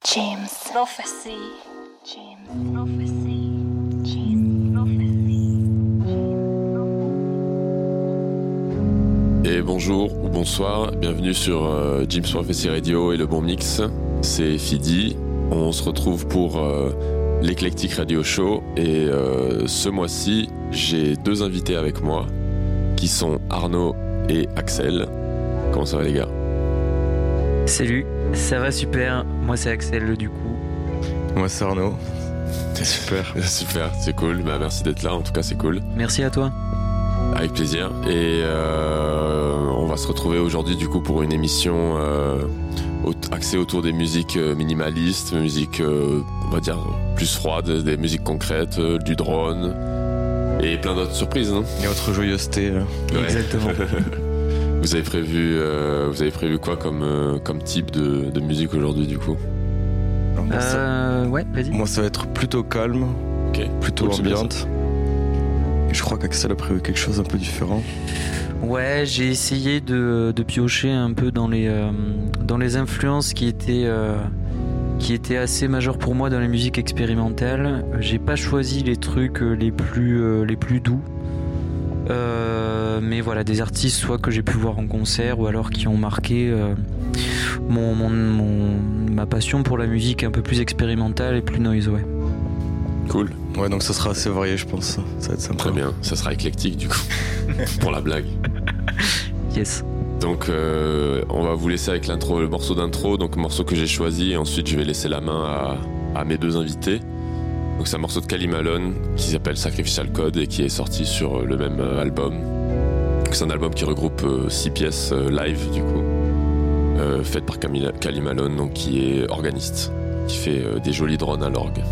James Prophecy. James Prophecy. James Prophecy. Et bonjour ou bonsoir, bienvenue sur James Prophecy Radio et le bon mix. C'est Fidi. On se retrouve pour l'Eclectic Radio Show et ce mois-ci, j'ai deux invités avec moi qui sont Arnaud et Axel. Comment ça va les gars ? Salut, ça va super. Moi c'est Axel du coup. Moi c'est Arnaud. C'est super. Super, c'est cool. Bah, merci d'être là, en tout cas c'est cool. Merci à toi. Avec plaisir. Et on va se retrouver aujourd'hui du coup pour une émission axée autour des musiques minimalistes, musiques on va dire plus froides, des musiques concrètes, du drone et plein d'autres surprises, non ? Et autre joyeuseté. Ouais. Exactement. Vous avez prévu quoi comme type de musique aujourd'hui du coup ? Ouais, vas-y. Moi ça va être plutôt calme, plutôt cool, ambiante. Et je crois qu'Axel a prévu quelque chose un peu différent. Ouais, j'ai essayé de piocher un peu dans les influences qui étaient assez majeures pour moi dans les musiques expérimentales. J'ai pas choisi les trucs les plus doux. Mais voilà, des artistes soit que j'ai pu voir en concert ou alors qui ont marqué ma passion pour la musique un peu plus expérimentale et plus noise, ouais. Cool. Ouais, donc ça sera assez varié, je pense. Ça va être sympa. Très bien, ça sera éclectique du coup, pour la blague. Yes. Donc on va vous laisser avec le morceau d'intro, donc le morceau que j'ai choisi, et ensuite je vais laisser la main à mes deux invités. Donc c'est un morceau de Kali Malone qui s'appelle Sacrificial Code et qui est sorti sur le même album. Donc c'est un album qui regroupe 6 pièces live du coup, faites par Kali Malone, donc qui est organiste, qui fait des jolis drones à l'orgue.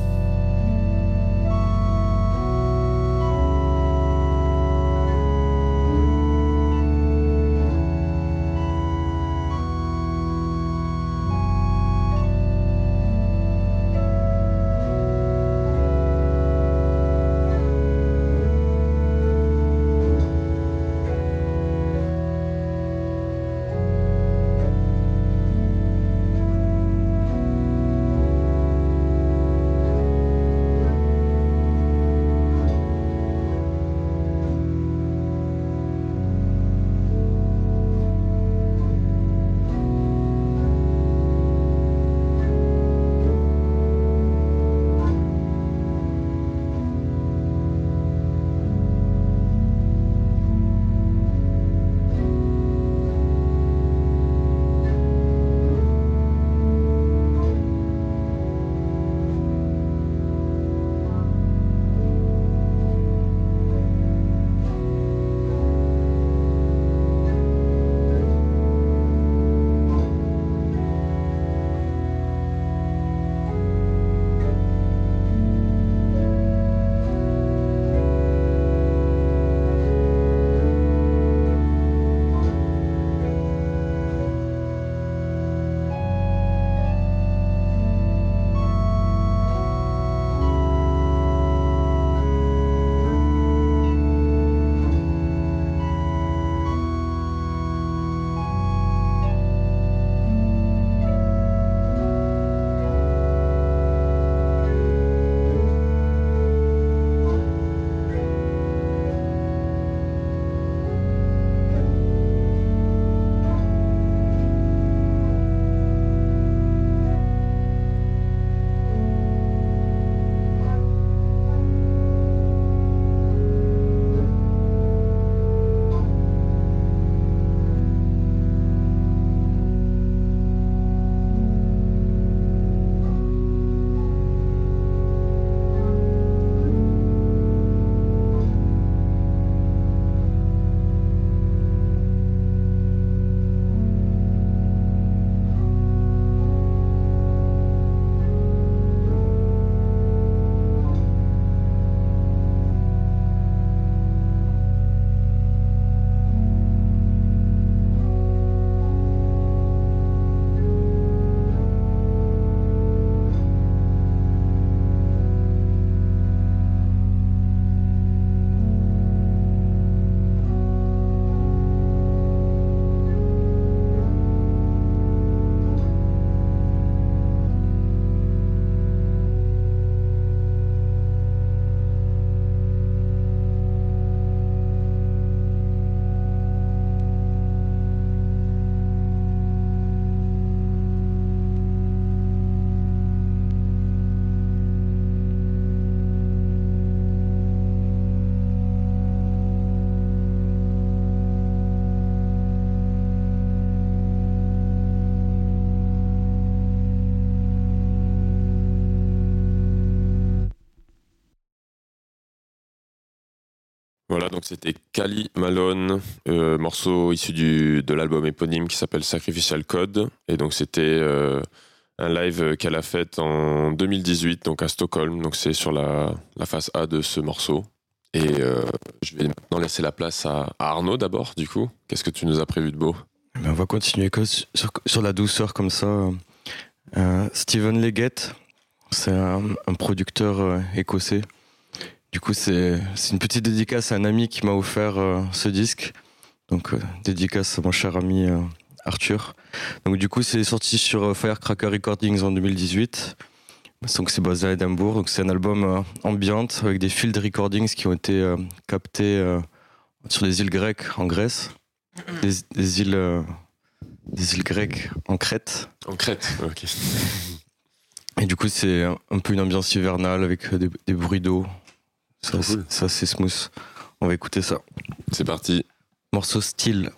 Voilà, donc c'était Cali Malone, morceau issu de l'album éponyme qui s'appelle Sacrificial Code. Et donc c'était un live qu'elle a fait en 2018, donc à Stockholm. Donc c'est sur la face A de ce morceau. Et je vais maintenant laisser la place à Arnaud d'abord, du coup. Qu'est-ce que tu nous as prévu de beau? On va continuer sur la douceur comme ça. Steven Leggett, c'est un producteur écossais. Du coup, c'est une petite dédicace à un ami qui m'a offert ce disque. Donc, dédicace à mon cher ami Arthur. Donc, du coup, c'est sorti sur Firecracker Recordings en 2018. Donc, c'est basé à Édimbourg. Donc, c'est un album ambient avec des field recordings qui ont été captés sur les îles grecques en Grèce. Des îles grecques en Crète. En Crète, ok. Et du coup, c'est un peu une ambiance hivernale avec des bruits d'eau. C'est assez smooth. On va écouter ça. C'est parti. Morceau Style.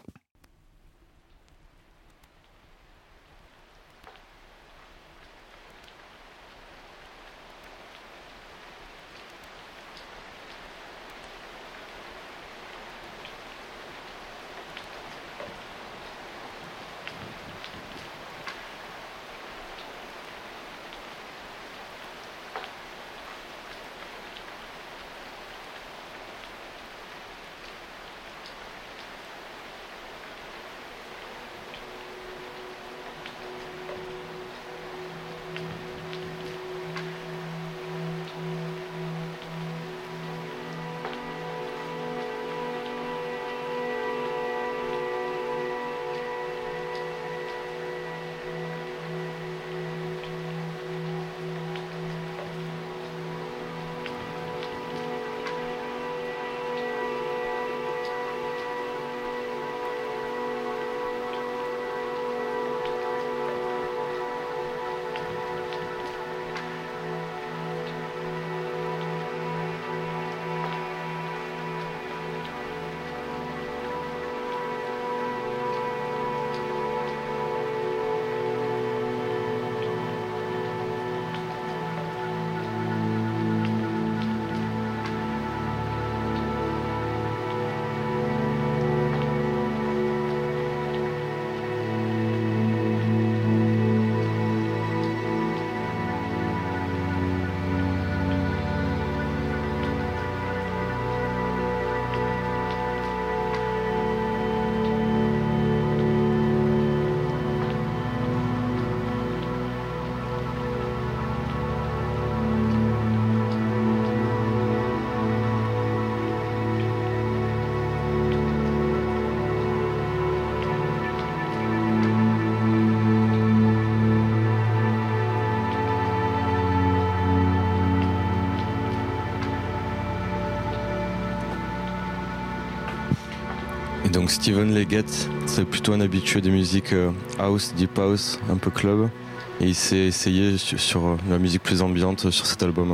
Donc Steven Leggett, c'est plutôt un habitué des musiques house, deep house, un peu club. Et il s'est essayé sur la musique plus ambiante sur cet album.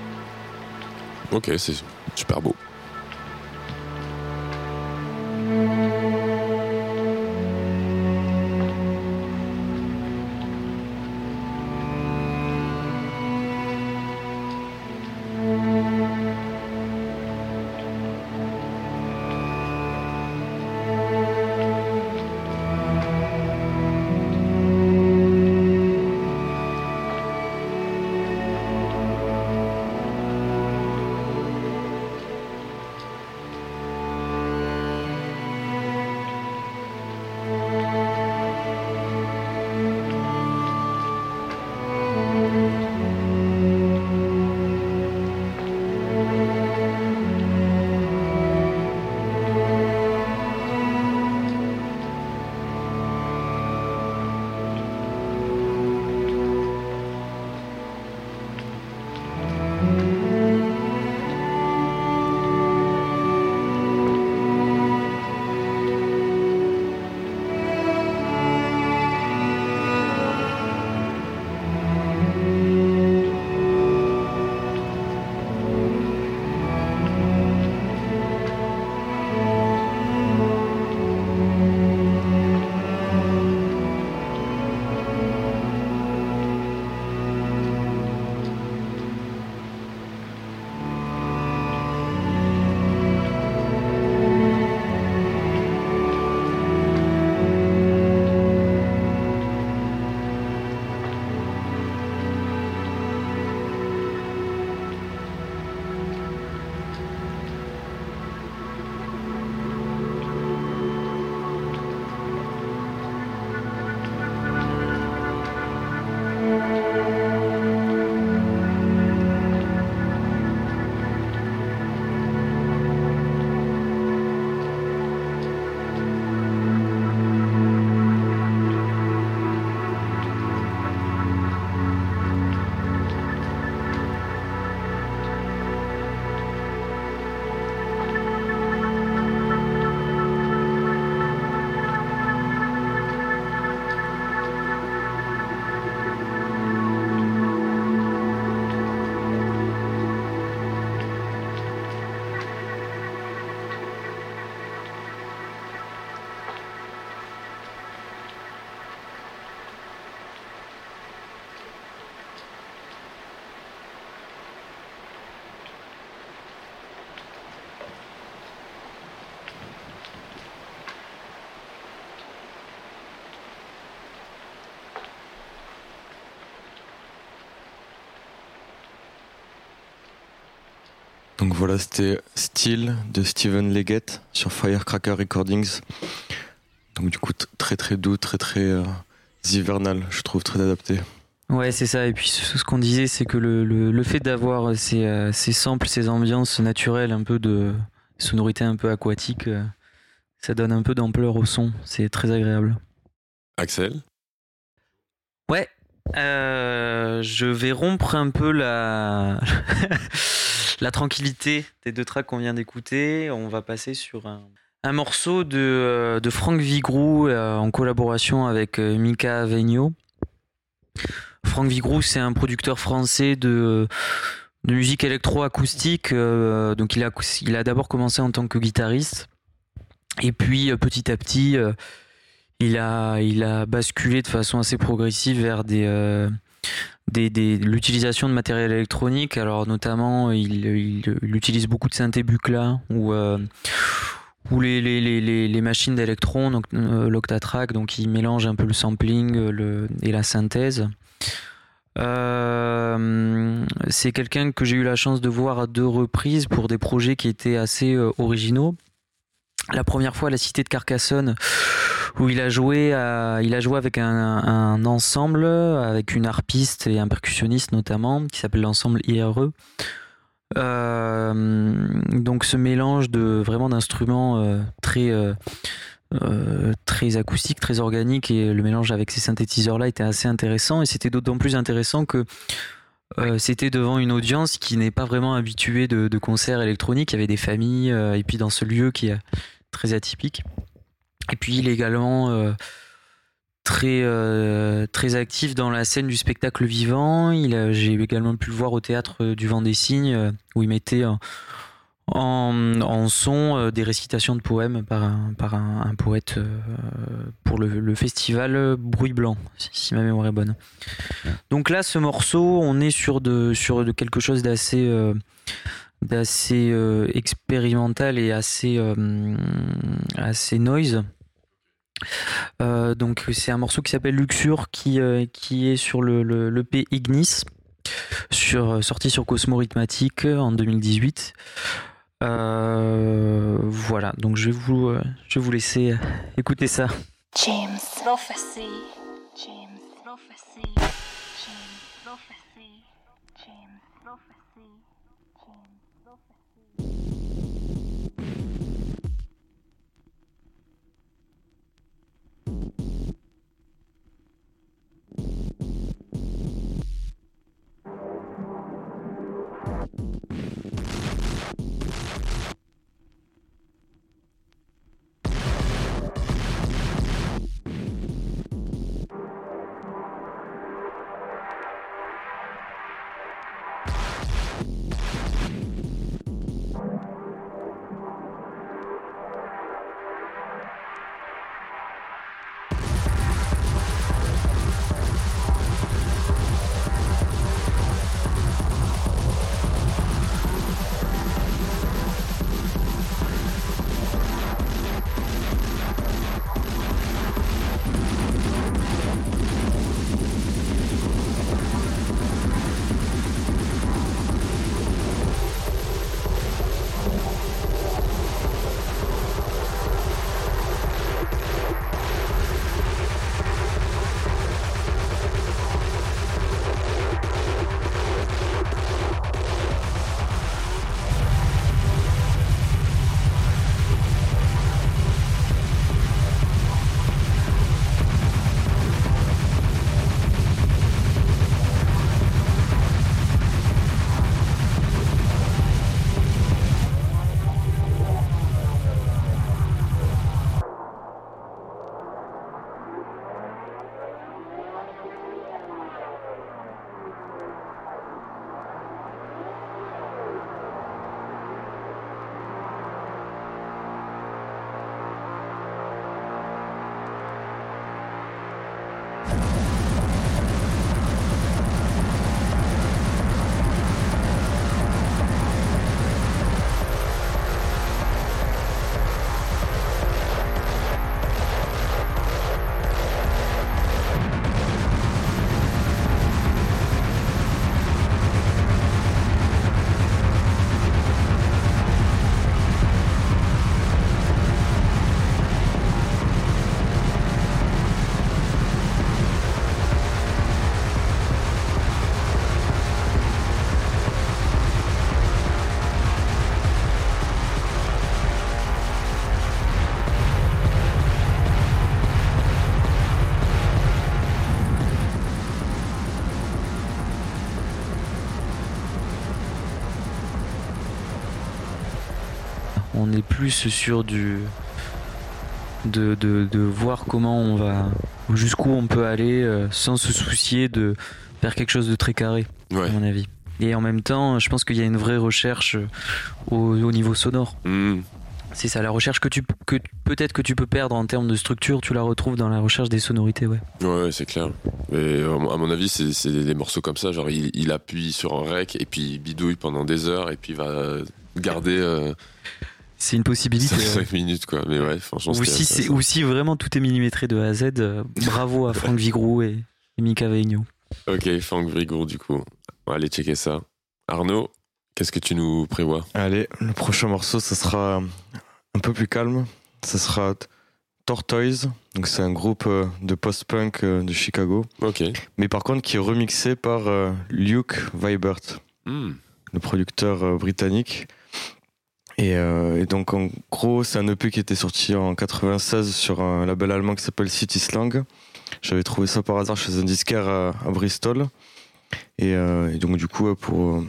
Ok, c'est super beau. Donc voilà, c'était Steel de Steven Leggett sur Firecracker Recordings. Donc du coup très très doux, très très hivernal, je trouve très adapté. Ouais, c'est ça. Et puis ce qu'on disait, c'est que le fait d'avoir ces samples, ces ambiances naturelles, un peu de sonorité un peu aquatique, ça donne un peu d'ampleur au son. C'est très agréable. Axel? Ouais, je vais rompre un peu la la tranquillité des deux tracks qu'on vient d'écouter. On va passer sur un morceau de Franck Vigroux en collaboration avec Mika Avegno. Franck Vigroux, c'est un producteur français de musique électro-acoustique. Donc il a d'abord commencé en tant que guitariste. Et puis petit à petit, il a basculé de façon assez progressive vers l'utilisation de matériel électronique. Alors notamment, il utilise beaucoup de synthé Buchla ou les machines d'électrons, donc l'Octatrack. Donc il mélange un peu le sampling et la synthèse. C'est quelqu'un que j'ai eu la chance de voir à 2 reprises pour des projets qui étaient assez originaux. La première fois à la Cité de Carcassonne, où il a joué avec un ensemble, avec une harpiste et un percussionniste notamment, qui s'appelle l'ensemble IRE. Donc ce mélange vraiment d'instruments très acoustique, très organique, et le mélange avec ces synthétiseurs-là était assez intéressant, et c'était d'autant plus intéressant que c'était devant une audience qui n'est pas vraiment habituée de concerts électroniques. Il y avait des familles, et puis dans ce lieu qui est très atypique. Et puis il est également très actif dans la scène du spectacle vivant. J'ai également pu le voir au théâtre du Vent des Cygnes, où il mettait en son des récitations de poèmes par un poète pour le festival Bruit Blanc, si ma mémoire est bonne. Donc là, ce morceau, on est sur de quelque chose d'assez expérimental et assez noise. Donc c'est un morceau qui s'appelle Luxure, qui est sur le l'EP Ignis, sorti sur Cosmo Rhythmatic en 2018. Voilà, donc je vais vous laisser écouter ça. James Prophecy. James Prophecy. James Prophecy. James Prophecy. James Prophecy. On est plus sur de voir comment on va, jusqu'où on peut aller sans se soucier de faire quelque chose de très carré, à mon avis. Et en même temps, je pense qu'il y a une vraie recherche au niveau sonore. C'est ça, la recherche que peut-être que tu peux perdre en termes de structure, tu la retrouves dans la recherche des sonorités, ouais. Ouais, c'est clair. Et à mon avis, c'est des morceaux comme ça, genre il appuie sur un rec et puis il bidouille pendant des heures et puis il va garder... C'est une possibilité. 5 minutes, quoi. Mais ouais, franchement, ou si vraiment tout est millimétré de A à Z, bravo à Franck Vigroux et Mika Veigno. Ok, Franck Vigroux, du coup. On va aller checker ça. Arnaud, qu'est-ce que tu nous prévois ? Allez, le prochain morceau, ça sera un peu plus calme. Ça sera Tortoise. Donc c'est un groupe de post-punk de Chicago. Ok. Mais par contre, qui est remixé par Luke Vibert, le producteur britannique. Et donc en gros, c'est un EP qui était sorti en 96 sur un label allemand qui s'appelle City Slang. J'avais trouvé ça par hasard chez un disquaire à Bristol. Et donc du coup, pour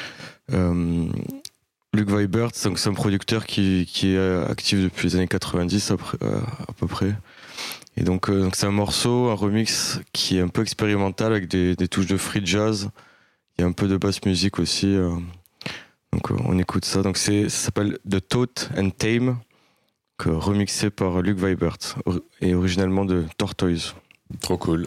Luke Vibert, donc c'est un producteur qui est actif depuis les années 90 à peu près. Et donc c'est un morceau, un remix qui est un peu expérimental avec des touches de free jazz. Il y a un peu de bass music aussi. Donc on écoute ça. Donc ça s'appelle The Taught and Tame, remixé par Luke Vibert et originellement de Tortoise. Trop cool.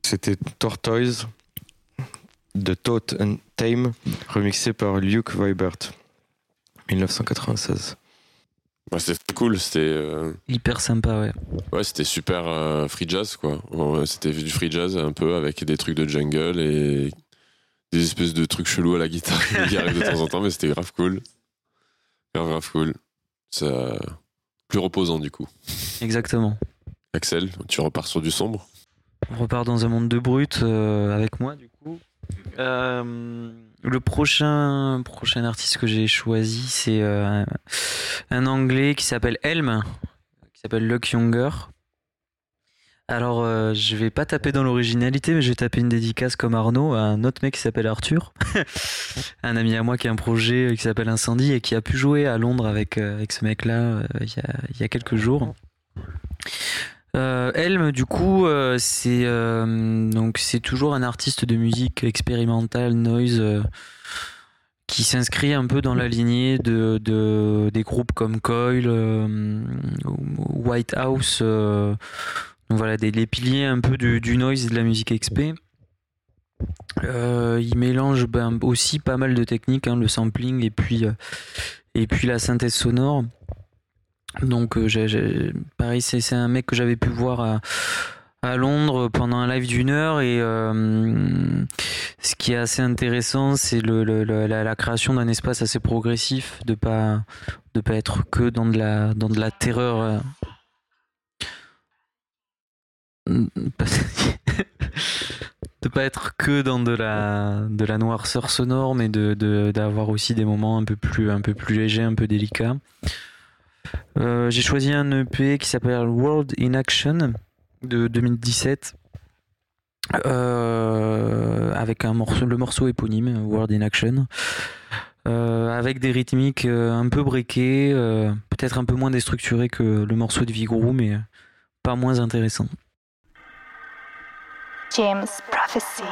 c'était Tortoise de Taught and Tame, remixé par Luke Vibert, 1996. Ouais, c'était cool, c'était Hyper sympa, ouais. Ouais, c'était super free jazz, quoi. Ouais, c'était du free jazz un peu avec des trucs de jungle et des espèces de trucs chelous à la guitare qui arrivent de temps en temps, mais c'était grave cool. Grave cool. Ça... Plus reposant, du coup. Exactement. Axel, tu repars sur du sombre? On repart dans un monde de brut avec moi, du coup. Le prochain artiste que j'ai choisi, c'est un Anglais qui s'appelle Helm, qui s'appelle Luke Younger. Alors, je vais pas taper dans l'originalité, mais je vais taper une dédicace comme Arnaud à un autre mec qui s'appelle Arthur, un ami à moi qui a un projet qui s'appelle Incendie et qui a pu jouer à Londres avec ce mec-là il y a quelques jours. Helm, du coup, c'est toujours un artiste de musique expérimentale, noise, qui s'inscrit un peu dans la lignée des groupes comme Coil, White House, voilà, les piliers un peu du noise et de la musique XP. Il mélange aussi pas mal de techniques, le sampling et puis la synthèse sonore. Donc pareil, c'est un mec que j'avais pu voir à Londres pendant un live d'1 heure et ce qui est assez intéressant, c'est la création d'un espace assez progressif, de pas être que dans de la terreur. De pas être que dans de la noirceur sonore, mais d'avoir aussi des moments un peu plus légers, un peu délicats. J'ai choisi un EP qui s'appelle World in Action de 2017 avec le morceau éponyme World in Action, avec des rythmiques un peu breakées, peut-être un peu moins déstructurées que le morceau de Vigro, mais pas moins intéressant. James Prophecy.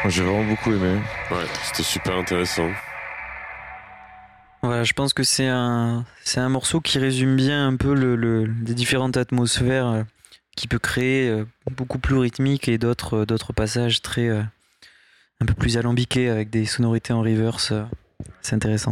J'ai vraiment beaucoup aimé. Ouais, c'était super intéressant. Voilà, je pense que c'est un morceau qui résume bien un peu les différentes atmosphères qu'il peut créer, beaucoup plus rythmiques, et d'autres passages très un peu plus alambiqués avec des sonorités en reverse. C'est intéressant.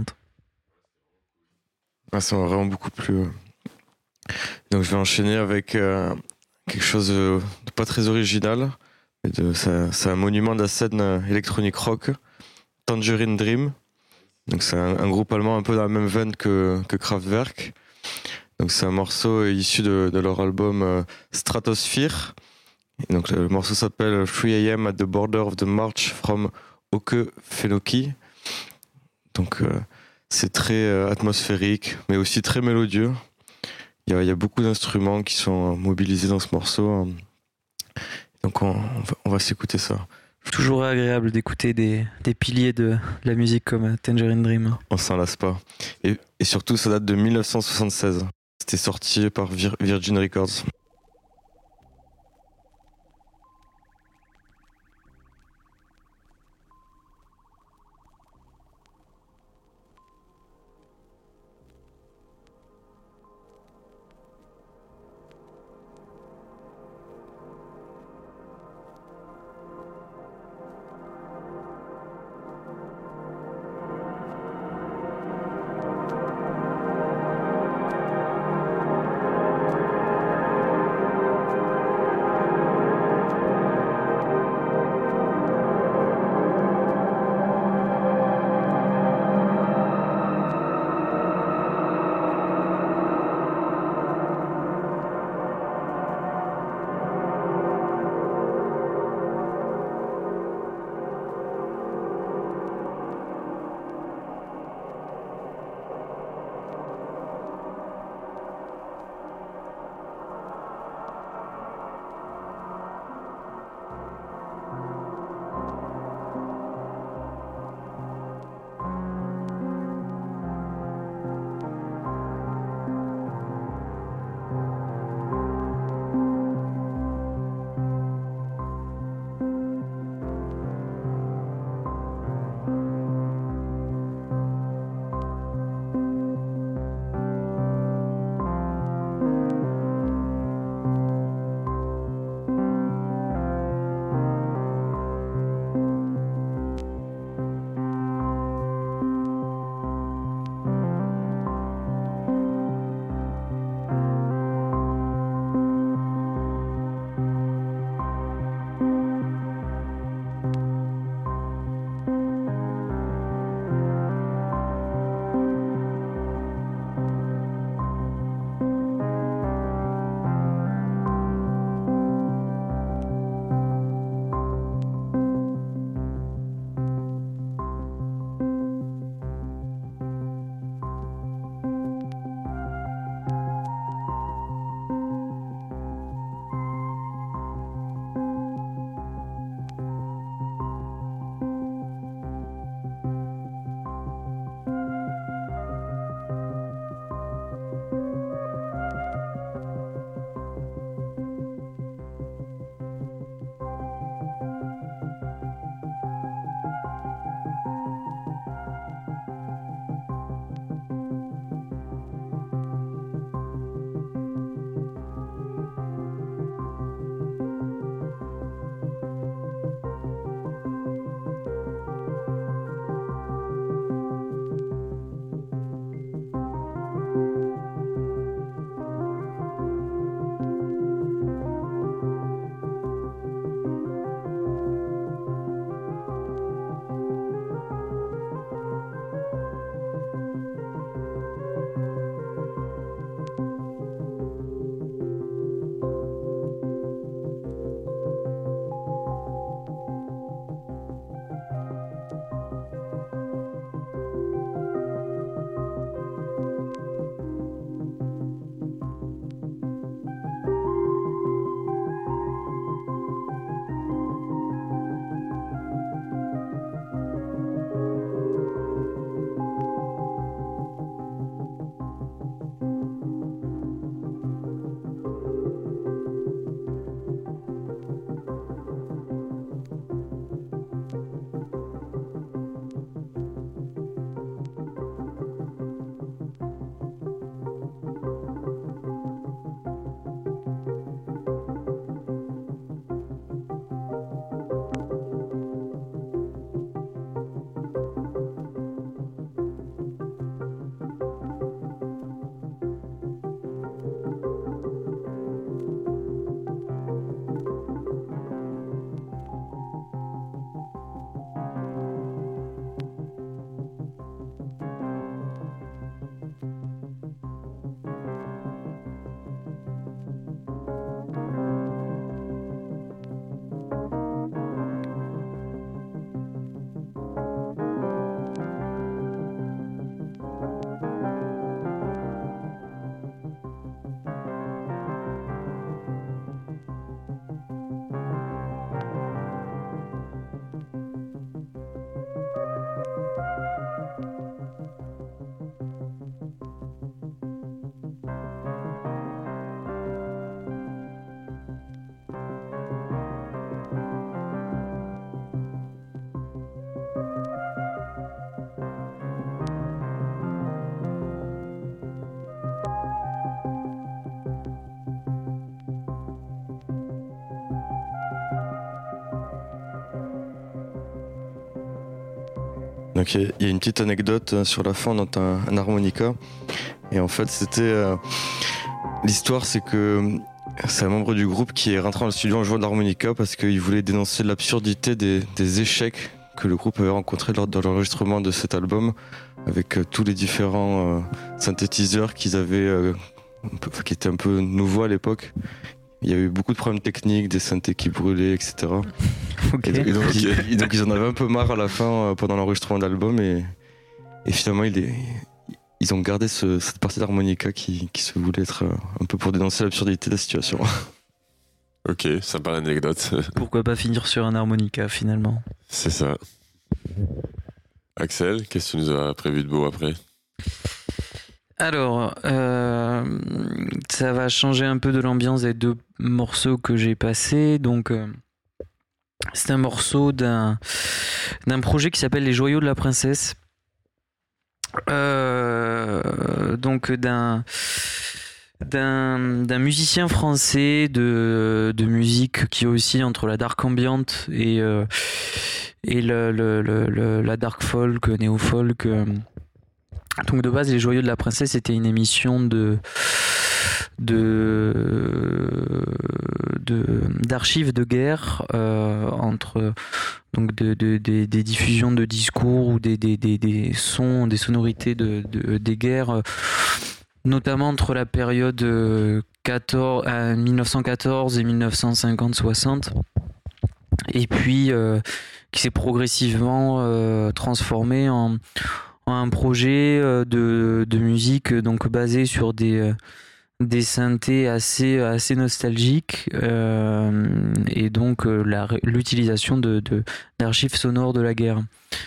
Ah, ça m'a vraiment beaucoup plu. Donc je vais enchaîner avec quelque chose de pas très original. C'est un monument de la scène électronique rock, Tangerine Dream. Donc c'est un groupe allemand un peu dans la même veine que Kraftwerk. Donc c'est un morceau issu de leur album Stratosphere. Et donc le morceau s'appelle 3 AM at the border of the march from Oke Fenoki. Donc c'est très atmosphérique, mais aussi très mélodieux. Il y a beaucoup d'instruments qui sont mobilisés dans ce morceau. Donc on va s'écouter ça. Toujours agréable d'écouter des piliers de la musique comme Tangerine Dream. On s'en lasse pas. Et surtout, ça date de 1976. C'était sorti par Virgin Records. Donc il y a une petite anecdote sur la fin, on entend un harmonica. Et en fait, l'histoire, c'est que c'est un membre du groupe qui est rentré dans le studio en jouant de l'harmonica parce qu'il voulait dénoncer l'absurdité des échecs que le groupe avait rencontrés lors de l'enregistrement de cet album, avec tous les différents synthétiseurs qu'ils avaient, qui étaient un peu nouveaux à l'époque. Il y avait eu beaucoup de problèmes techniques, des synthés qui brûlaient, etc. Okay. Et donc ils en avaient un peu marre à la fin pendant l'enregistrement d'album et finalement ils ont gardé cette partie d'harmonica qui se voulait être un peu pour dénoncer l'absurdité de la situation. Ok, sympa l'anecdote. Pourquoi pas finir sur un harmonica finalement? C'est ça. Axel, qu'est-ce que tu nous as prévu de beau après? Alors, ça va changer un peu de l'ambiance des deux morceaux que j'ai passés. Donc, c'est un morceau d'un projet qui s'appelle Les Joyaux de la Princesse. Donc, d'un musicien français de musique qui oscille entre la dark ambient et la dark folk, néo-folk. Donc de base, Les Joyaux de la Princesse, c'était une émission d'archives de guerre entre donc des diffusions de discours ou des sons, des sonorités des guerres, notamment entre la période 1914 et 1950-60, et puis qui s'est progressivement transformé en un projet de musique donc basé sur des synthés assez nostalgiques et donc l'utilisation d'archives sonores de la guerre.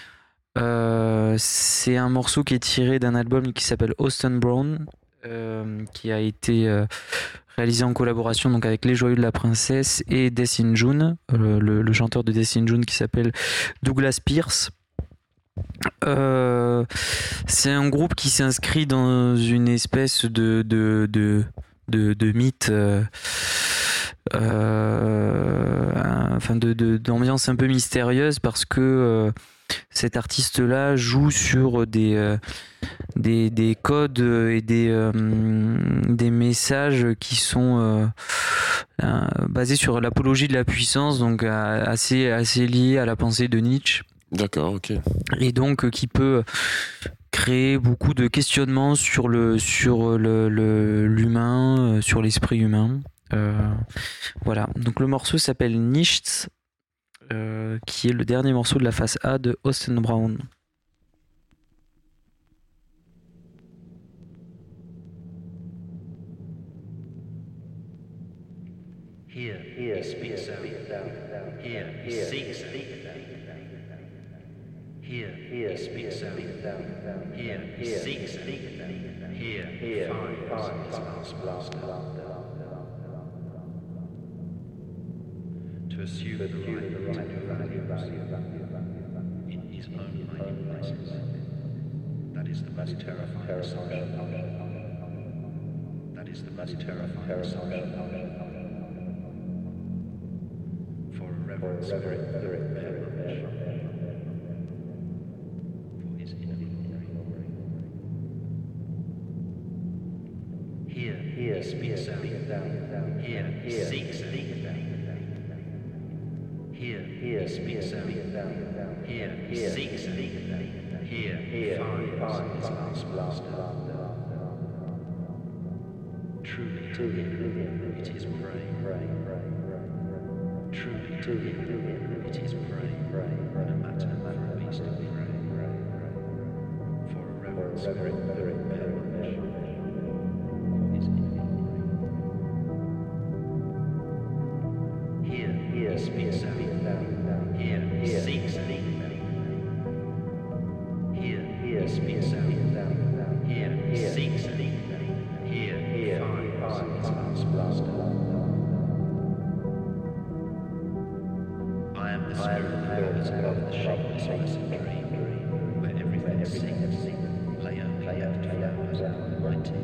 C'est un morceau qui est tiré d'un album qui s'appelle Austin Brown, qui a été réalisé en collaboration donc avec Les Joyaux de la Princesse et Death in June, le chanteur de Death in June qui s'appelle Douglas Pierce. C'est un groupe qui s'inscrit dans une espèce de mythe, d'ambiance un peu mystérieuse parce que cet artiste-là joue sur des codes et des messages qui sont basés sur l'apologie de la puissance, donc assez liés à la pensée de Nietzsche. D'accord, ok. Et donc qui peut créer beaucoup de questionnements sur l'humain, sur l'esprit humain. Voilà. Donc le morceau s'appelle Nichts, qui est le dernier morceau de la face A de Austin Brown. Here speaks out. Here he seeks out. Here speaks out. Here he seeks out. Here he finds his last blast. To assume the right in his own hiding places. That is the most terrifying assumption. That is the most terrifying assumption. For a reverend spirit, Here speaks out. Here he seeks out. Here speaks out. Here he seeks out. Here he finds his last blast. Truly, it is prey. Truly, it is prey. No matter for a beast of prey. For a reverend spirit, Here speaks out. Here he seeks out. Here speaks out. Here he seeks out. Here he finds his last blast. I am the spirit that hovers above the shapeless dream, where everything sings, layer after flowers, writing.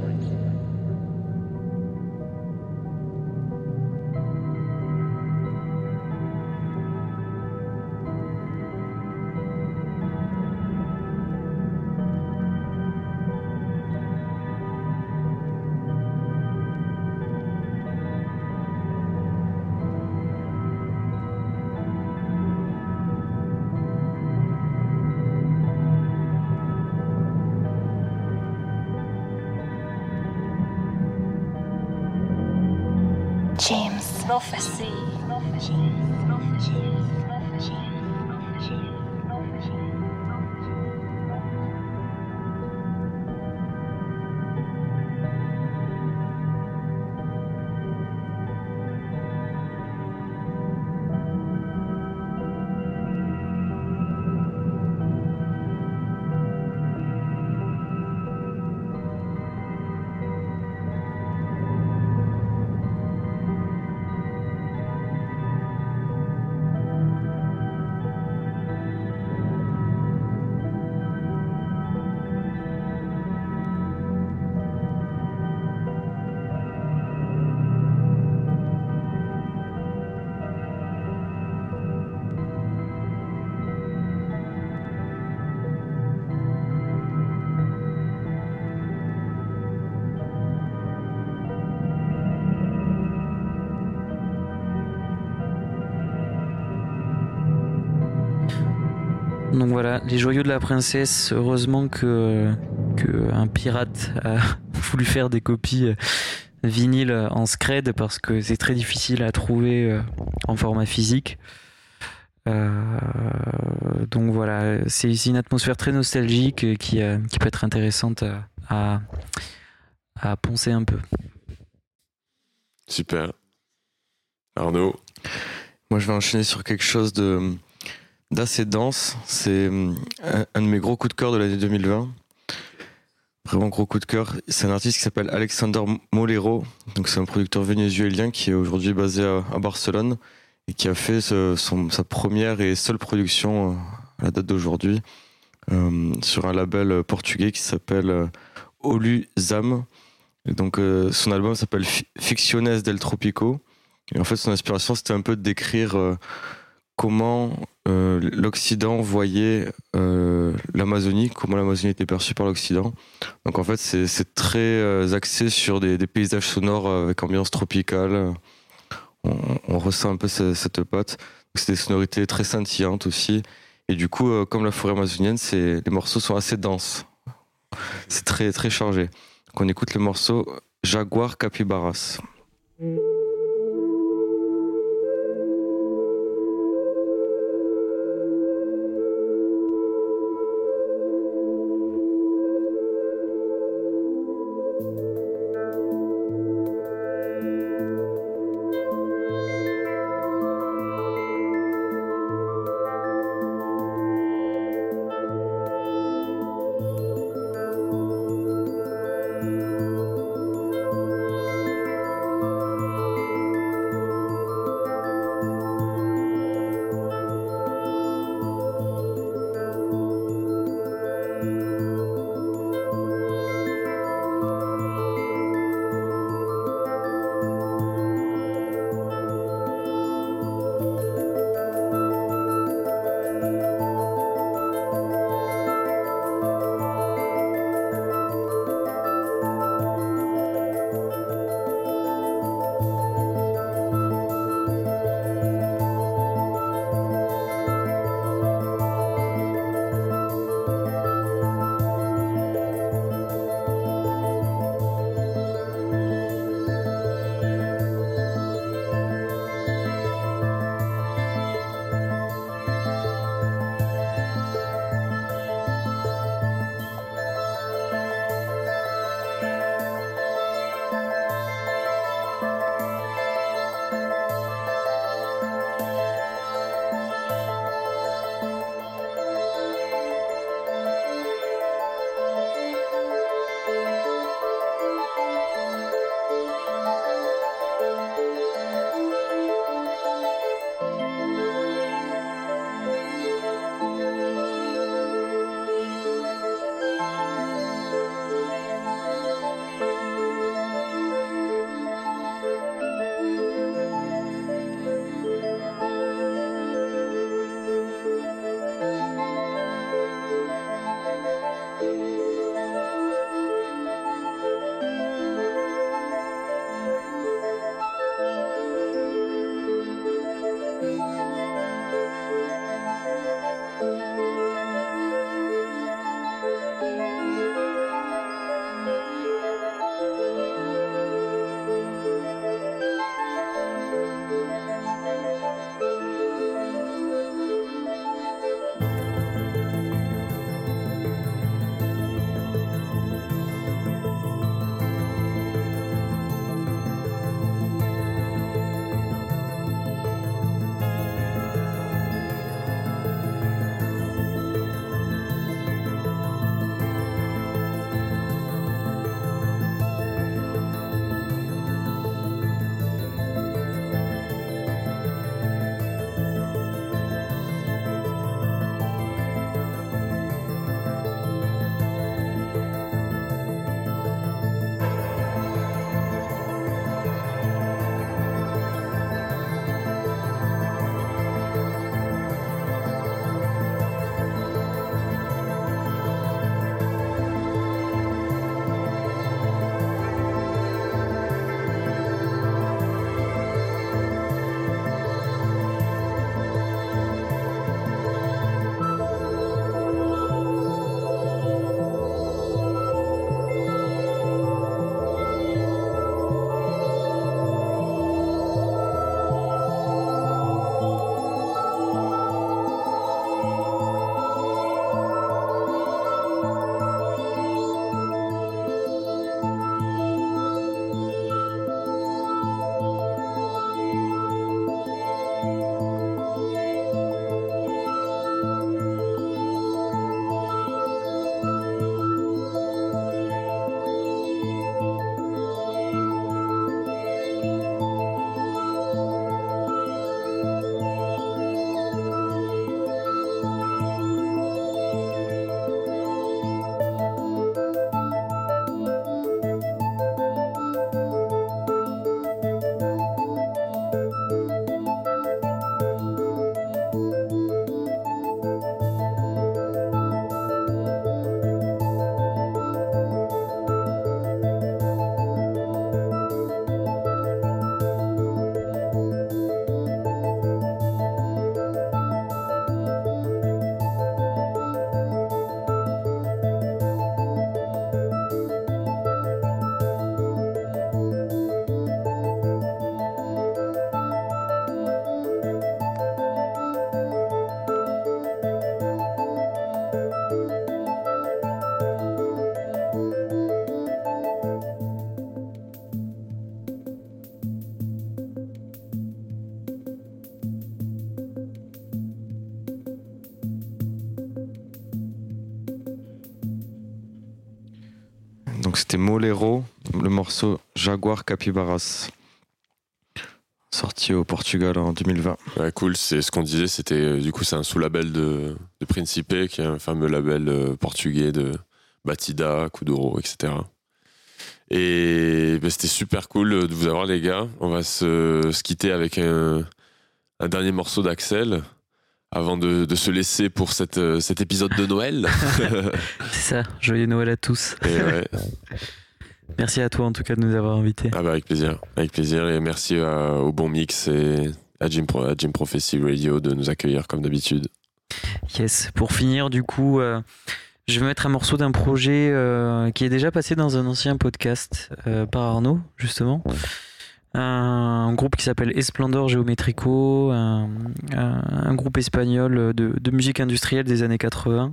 James Prophecy. Donc voilà, les joyaux de la princesse. Heureusement que un pirate a voulu faire des copies vinyle en scred parce que c'est très difficile à trouver en format physique. Donc voilà, c'est une atmosphère très nostalgique qui peut être intéressante à poncer un peu. Super. Arnaud? Moi, je vais enchaîner sur quelque chose d'assez dense. C'est un de mes gros coups de cœur de l'année 2020. Vraiment gros coup de cœur. C'est un artiste qui s'appelle Alexander Molero. Donc c'est un producteur vénézuélien qui est aujourd'hui basé à Barcelone et qui a fait sa première et seule production à la date d'aujourd'hui sur un label portugais qui s'appelle Oluzam. Et donc son album s'appelle Ficciones del Tropico. Et en fait son inspiration c'était un peu de décrire comment l'Occident voyait l'Amazonie, comment l'Amazonie était perçue par l'Occident. Donc en fait, c'est très axé sur des paysages sonores avec ambiance tropicale. On ressent un peu cette patte. C'est des sonorités très scintillantes aussi. Et du coup, comme la forêt amazonienne, les morceaux sont assez denses. C'est très, très chargé. Donc on écoute le morceau Jaguar Capibaras. Donc c'était Molero, le morceau Jaguar Capibaras, sorti au Portugal en 2020. Ouais, cool, c'est ce qu'on disait, c'était du coup c'est un sous-label de Principe, qui est un fameux label portugais de Batida, Kuduro, etc. Et c'était super cool de vous avoir, les gars. On va se quitter avec un dernier morceau d'Axel avant de se laisser pour cet épisode de Noël. C'est ça, joyeux Noël à tous. Et ouais. Merci à toi en tout cas de nous avoir invités. Ah bah avec plaisir, et merci au Bon Mix et à Jim Prophecy Radio de nous accueillir comme d'habitude. Yes, pour finir du coup, je vais mettre un morceau d'un projet qui est déjà passé dans un ancien podcast par Arnaud justement. Un groupe qui s'appelle Esplendor Geométrico, un groupe espagnol de musique industrielle des années 80.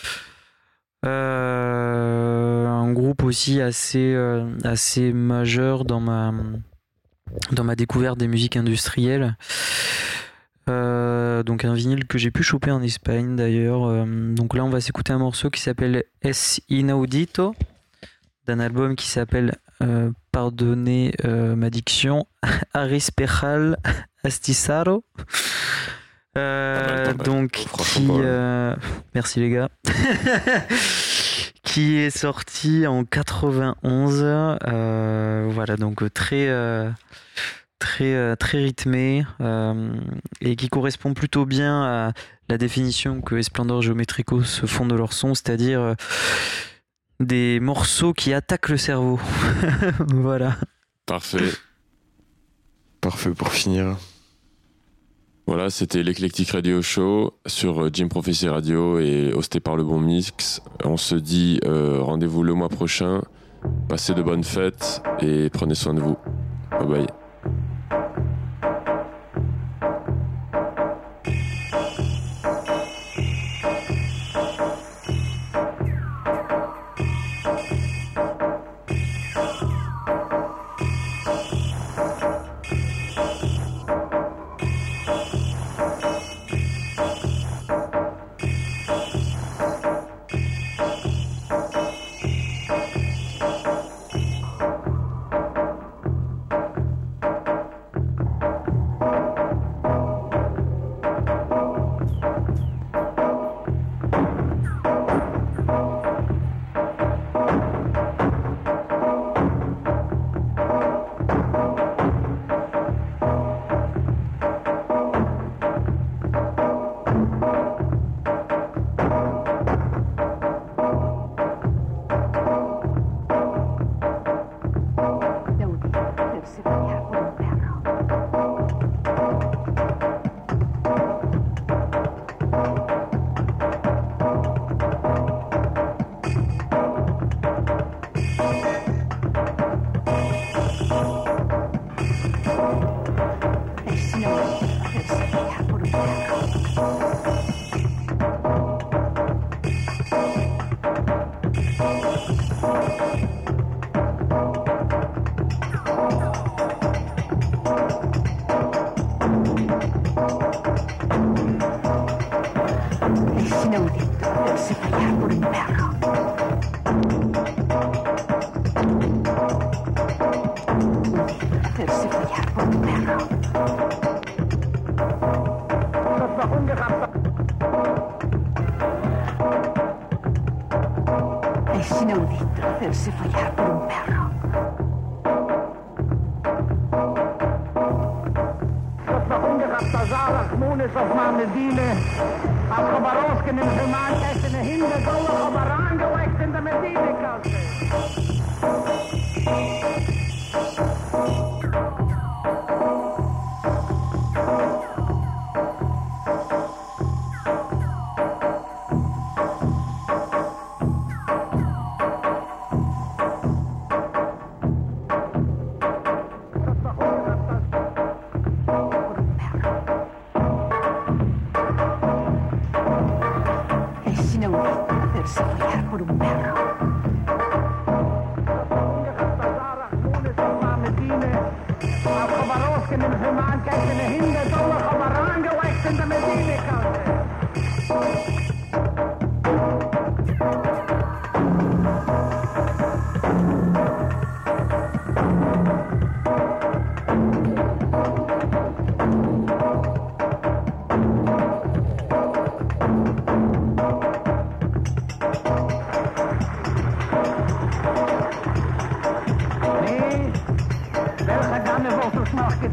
Un groupe aussi assez majeur dans ma découverte des musiques industrielles. Donc un vinyle que j'ai pu choper en Espagne d'ailleurs. Donc là on va s'écouter un morceau qui s'appelle Es Inaudito, d'un album qui s'appelle pardonnez ma diction, Arispejal Astizaro. Donc merci les gars. Qui est sorti en 91. Voilà, donc très rythmé et qui correspond plutôt bien à la définition que Esplendor Geométrico se font de leur son, c'est-à-dire des morceaux qui attaquent le cerveau. Voilà. Parfait pour finir. Voilà, c'était l'Eclectic Radio Show sur Jim Prophecy Radio et hosté par le Bon Mix. On se dit rendez-vous le mois prochain. Passez de bonnes fêtes et prenez soin de vous. Bye bye.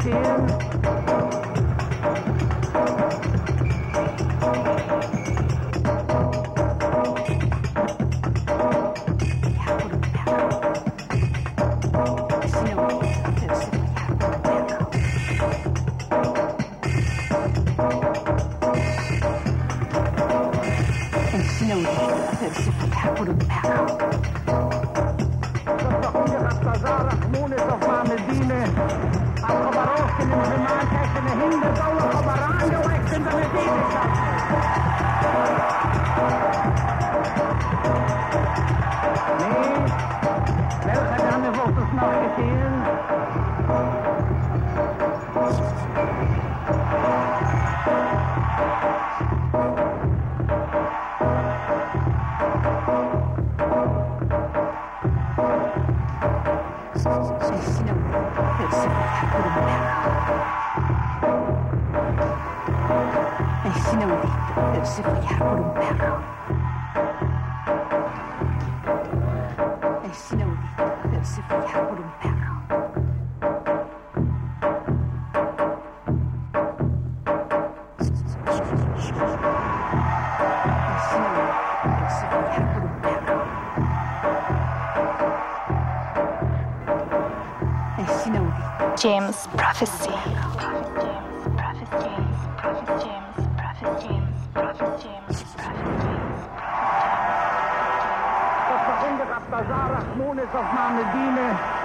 James Prophecy.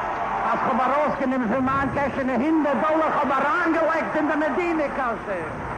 Als je maar in de maan kijkt en een hinder dolle, je maar aangelegd in de Medine-kassen.